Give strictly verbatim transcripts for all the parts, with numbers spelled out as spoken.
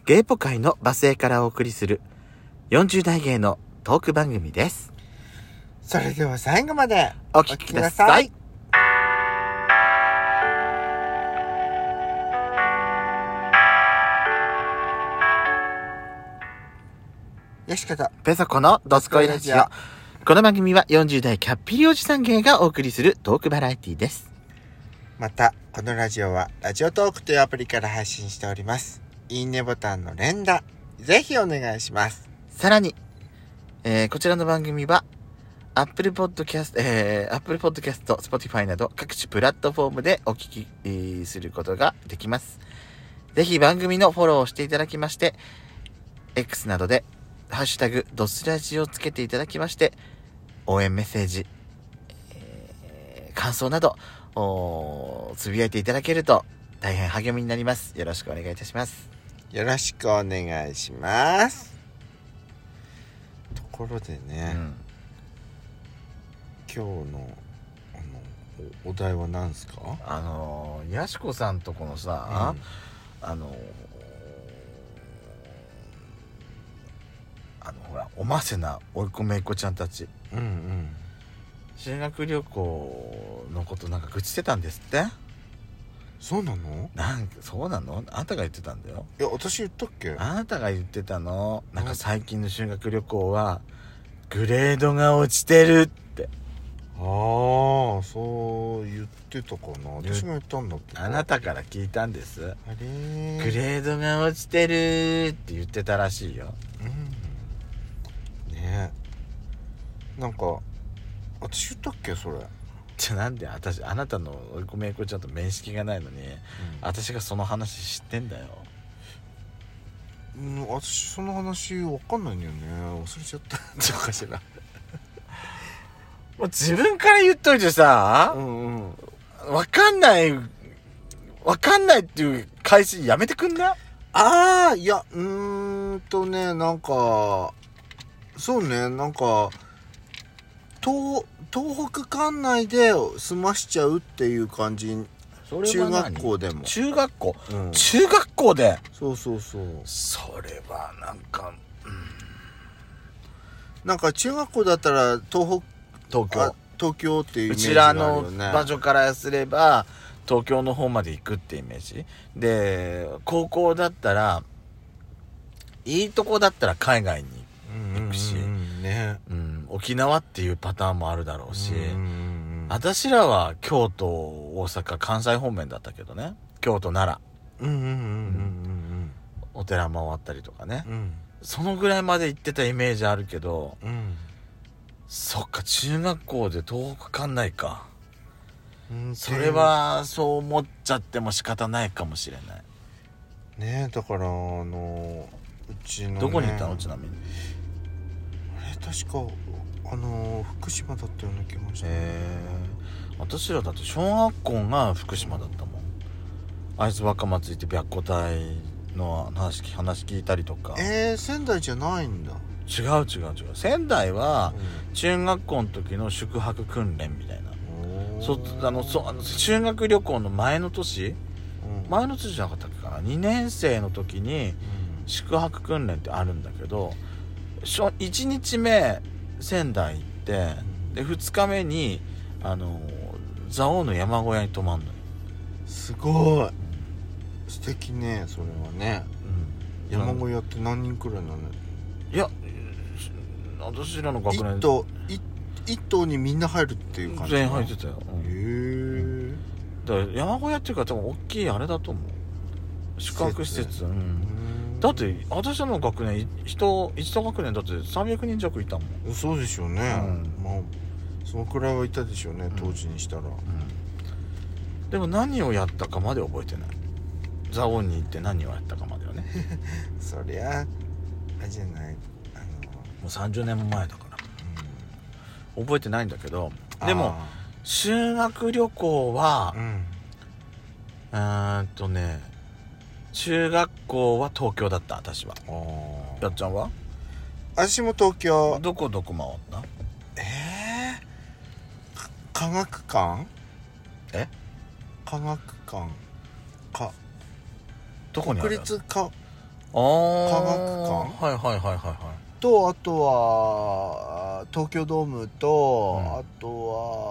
ゲイポ界のバスへからお送りするよんじゅう代ゲイのトーク番組です。 それでは最後までお聞きください。 よしことペソコのドスコイラジオ。この番組はよんじゅう代キャッピリおじさんゲイがお送りするトークバラエティです。 またこのラジオはラジオトークというアプリから配信しております。いいねボタンの連打ぜひお願いします。 さらに、えー、こちらの番組は Apple Podcast、えー、Apple Podcast、Spotify など各種プラットフォームでお聞き、えー、することができます。ぜひ番組のフォローをしていただきまして X などでハッシュタグドスラジをつけていただきまして応援メッセージ、えー、感想などつぶやいていただけると大変励みになります。よろしくお願いいたします。 よろしくお願いします。ところでね、うん、今日のあの お, お題は何ですか？ あのやしこさんとこのさ、うん、あのあのほらおませなおいこめいこちゃんたち、うんうん、修学旅行のことなんか愚痴ってたんですって。 そうなの？ なんかそうなの？あなたが言ってたんだよ。 いや私言ったっけ？ あなたが言ってたの。なんか最近の修学旅行はグレードが落ちてるって。 ああそう言ってたかな。私が言ったんだっけ？ あなたから聞いたんです。 あれグレードが落ちてるって言ってたらしいよ。 うんねえなんか私言ったっけそれ。 じゃあなんで私あなたのおいこめいこちゃんと面識がないのに、うん、私がその話知ってんだよ。 うん私その話わかんないんだよね。忘れちゃったどうかしらもう自分から言っといてさ、うんうん、わかんないわかんないっていう返しやめてくんな。 ああいやうーんとねなんかそうねなんか東東北管内で済ましちゃうっていう感じ。それは中学校でも中学校、うん、中学校でそうそうそうそれはなんか、うん、 なんか中学校だったら東北東京東京っていうイメージがあるよね。 うちらの場所からすれば東京の方まで行くってイメージで、高校だったらいいとこだったら海外に行くし、うんうんうんねうん、沖縄っていうパターンもあるだろうし、うんうんうん、私らは京都大阪関西方面だったけどね。京都奈良、うんうんうんうんうん、お寺回ったりとかね、うん、そのぐらいまで行ってたイメージあるけど、うん、そっか中学校で東北管内か、うん、それはそう思っちゃっても仕方ないかもしれないね。えだからあのうちの、ね、 どこに行ったのちなみに。 あれ確かあの福島だったような気がした。へえ。 私らだって小学校が福島だったもん。会津若松行って白虎隊の話話聞いたりとか。 えー、仙台じゃないんだ。 違う違う違う。仙台は中学校の時の宿泊訓練みたいな、うん、そあのそあの修学旅行の前の年、うん、前の年じゃなかったっけかな、にねん生の時に宿泊訓練ってあるんだけど、いちにちめ仙台行って、でふつかめにあの蔵王の山小屋に泊まんのよ。 すごい素敵ねそれはね、うん、山小屋って何人くらいなの？ いや私らの学年一棟一棟にみんな入るっていう感じ。 全員入ってたよ、 うん、へえ。 だから山小屋っていうか多分大きいあれだと思う、宿泊施設、うん、だって私らの学年人一学年だってさんびゃくにん弱いたもん。 そうでしょうね、うん、まあそのくらいはいたでしょうね当時にしたら、うんうん、 でも何をやったかまで覚えてない。蔵王に行って何をやったかまではねそりゃあれじゃない、あのもうさんじゅうねんも前だから、うん、覚えてないんだけど、でも修学旅行は、うん、うーんとね中学校は東京だった。私は。やっちゃんは？ 私も東京。 どこどこ回った？ えー、科学館？ え？ 科学館かどこにある？ 国立かあー科学館はいはいはいはいはいと、あとは東京ドームと、 うんあと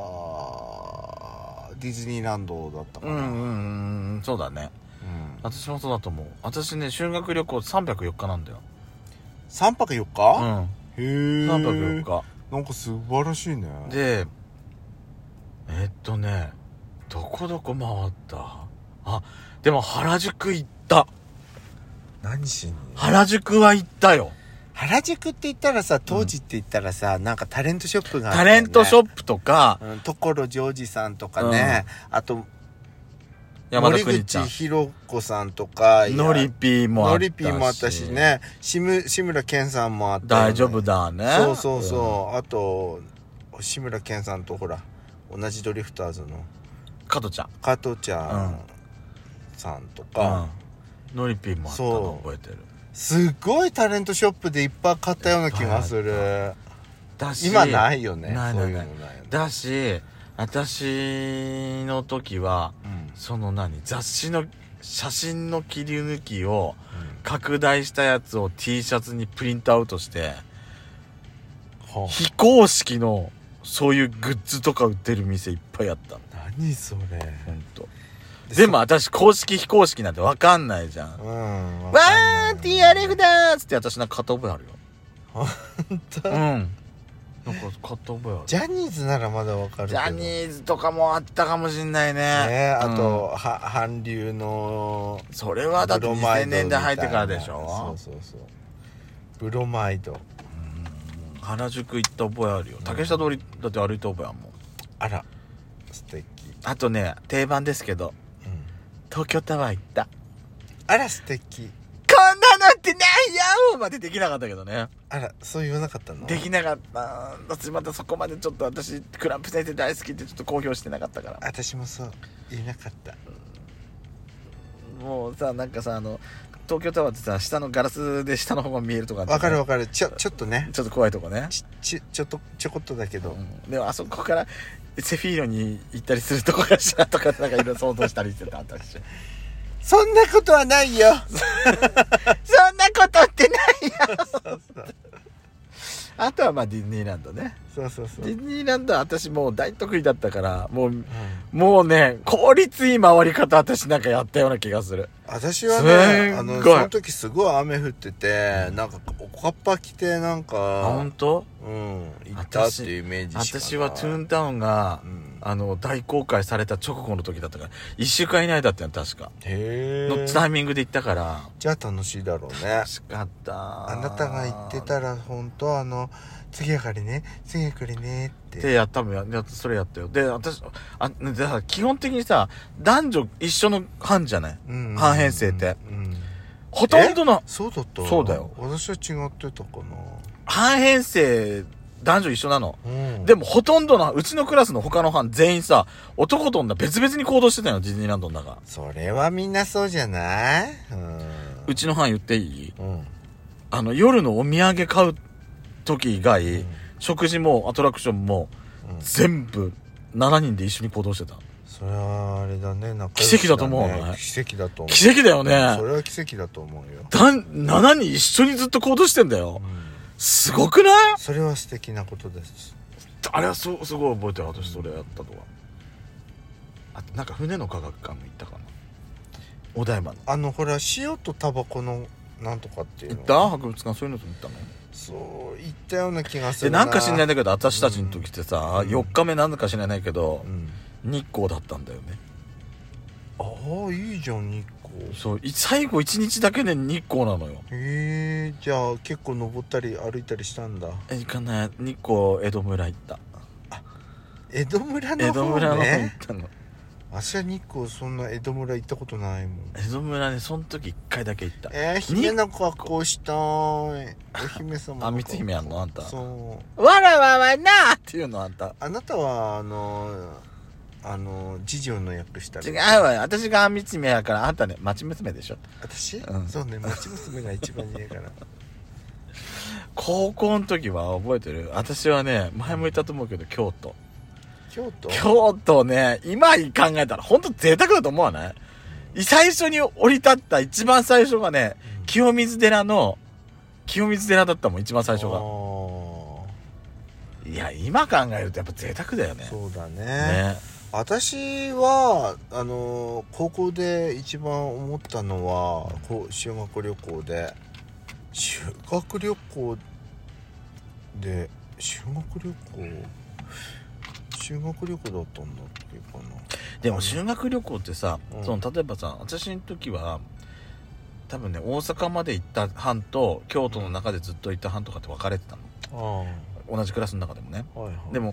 はディズニーランドだったかな。 うんうんうんそうだね。 うん、 私もそうだと思う。私ね修学旅行さんぱくよっかなんだよ。 さんぱくよっうか、 んへえ。 さんぱくよっかなんか素晴らしいね。 でえっとねどこどこ回った。あでも原宿行った。 何しに原宿は行ったよ。 原宿って言ったらさ、当時って言ったらさ、うん、なんかタレントショップがあったよね、タレントショップとか、 うん、所ジョージさんとかね、うん、あと山田邦ちゃん、 森口博子さんとか、 ノリピーもあったし、 ノリピーもあったしね、志村けんさんもあった、ね、 大丈夫だね。 そうそうそう、うん、あと志村けんさんとほら同じドリフターズの加トちゃん加トちゃんさんとか、 うん、ノリピーもあったの覚えてる。 すごいタレントショップでいっぱい買ったような気がする。 だし今ないよね。 ないないない。 そういうのないよね。 だし私の時は、うん、その何雑誌の写真の切り抜きを拡大したやつを T シャツにプリントアウトして、うん、非公式のそういうグッズとか売ってる店いっぱいあった。 何それほんと。でも私公式非公式なんて分かんないじゃん。うん。わー ティーアールエフ だーっつって私なんか買った覚えあるよ。 ほんと？ うん。なんか買った覚えある。 ジャニーズならまだ分かるけど。 ジャニーズとかもあったかもしんないね。 ねあと、うん、は韓流のそれはだってにせんねんだい入ってからでしょ。 そうそうそう。ブロマイド。うん。 原宿行った覚えあるよ。竹下通りだって歩いた覚えあるもん。 あら素敵。 あとね定番ですけど。東京タワー行った。 あら素敵。 こんなのってないよまでできなかったけどね。 あらそう言わなかったの？できなかった。私またそこまでちょっと私クランプ先生大好きってちょっと公表してなかったから。 私もそう言えなかった。 もうさなんかさあの東京タワーってさ下のガラスで下の方が見えるとか、ね、 わかるわかる。ちょちょっとねちょっと怖いとこね。 ちちちょっとちょこっとだけど、うん、 でもあそこからセフィーロに行ったりするとこかしらとかなんかいろいろ想像したりしてた私。 そんなことはないよそんなことってないよそうそうあとはまあディズニーランドね。 そうそうそう。 ディズニーランドは私もう大得意だったからもう、うん、もうね効率いい回り方私なんかやったような気がする。 私はねあのその時すごい雨降ってて、うん、なんかおかっぱ着てなんか本当うん行ったっていうイメージしかない。 私はトゥーンタウンが、うん、あの大公開された直後の時だったからいっしゅうかん以内だったよ確か。 へえ。 のタイミングで行ったからじゃあ楽しいだろうね。 楽しかった。 あなたが言ってたら本当あの次はこれね次はこれねってでやったもんやそれやったよ。で私あだから基本的にさ男女一緒の班じゃない、うんうんうん、班編成って、うん、ほとんどのそうだったそうだよ。 私は違ってたかな。 班編成男女一緒なの、うん、でもほとんどのうちのクラスの他の班全員さ男と女別々に行動してたよディズニーランドの中。 それはみんなそうじゃない、うん、 うちの班言っていい、うん、あの夜のお土産買う時以外、うん、食事もアトラクションも、うん、全部しちにんで一緒に行動してた。 それはあれだね、仲良しだね。 奇跡だと思うね。 奇跡だと思う。 奇跡だよね。 それは奇跡だと思うよ。 だしちにん一緒にずっと行動してんだよ、うん、すごくない？ それは素敵なことです。 あれはすすごい覚えてる。私それやったとは。あとなんか船の科学館も行ったかな、お台場の。 あのほら塩とタバコのなんとかっていうの行った？博物館そういうのと行ったの？ そう行ったような気がするな。 でなんか知んないんだけど私たちの時ってさ、うん、よっかめなんだか知らないけど、うん、日光だったんだよね。 ああいいじゃん日光。 そう最後いちにちだけで日光なのよ。 へえ。じゃあ結構登ったり歩いたりしたんだ。 行かない。日光江戸村行った。 あ江戸村の方ね。 江戸村の方行ったの。 私は日光そんな江戸村行ったことないもん。 江戸村ねその時いっかいだけ行った。 えー、姫の格好したい。お姫様あ、光姫やんのあんた。 そうわらわわなーっていうのあんた。 あなたはあのあの次女の役したら。違うわよ。私が光姫やからあんたね町娘でしょ。 私、 うん、 そうね町娘が一番似合うから高校の時は覚えてる？私はね前も言ったと思うけど京都京都京都ね今考えたら本当贅沢だと思わない？最初に降り立った一番最初がね、 清水寺の清水寺だったもん一番最初が。いや今考えるとやっぱ贅沢だよね。 そうだ ね, ね私はあの高校で一番思ったのはこう修学旅行で修学旅行で修学旅行修学旅行だったんだっけかな。 でも修学旅行ってさ、 うん、 その例えばさ私の時は多分ね大阪まで行った班と京都の中でずっと行った班とかって分かれてたの。あ同じクラスの中でもね、はいはい、でも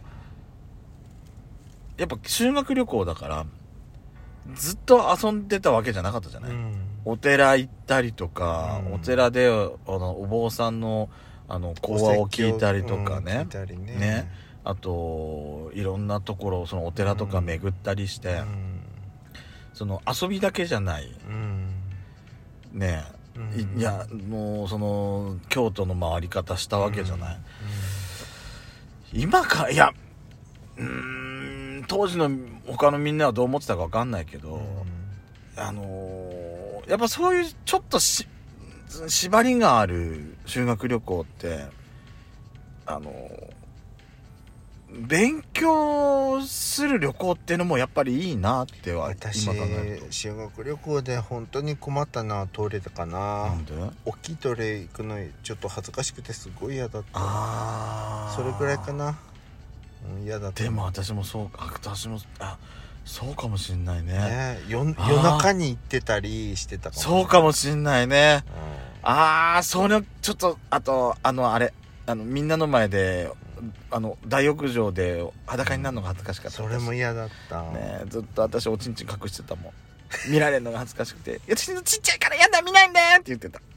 やっぱ修学旅行だからずっと遊んでたわけじゃなかったじゃない、うん、お寺行ったりとか、うん、お寺であのお坊さんのあの講話を聞いたりとかね、うん、聞いたりね、ね、あといろんなところそのお寺とか巡ったりして、うん、その遊びだけじゃない、うん、ねえ、うん、いやもうその京都の回り方したわけじゃない、うんうん、今かいやうーん当時の他のみんなはどう思ってたか分かんないけど、うん、あのー、やっぱそういうちょっとし縛りがある修学旅行ってあのー、勉強する旅行っていうのもやっぱりいいなっては私今考えると。 修学旅行で本当に困ったのはトイレだかな。なんで大きいトイレ行くのちょっと恥ずかしくてすごい嫌だった。あそれくらいかな、うん、嫌だった。 でも私もそうか私もあそうかもしんない ね, ね夜, 夜中に行ってたりしてたかも、ね、 そうかもしんないね、うん、ああそれちょっとあとあのあれあのみんなの前であの大浴場で裸になるのが恥ずかしかった、 うん、それも嫌だった、 ね、ずっと私おちんちん隠してたもん見られるのが恥ずかしくていやちっちゃいからやだ見ないんだよって言ってた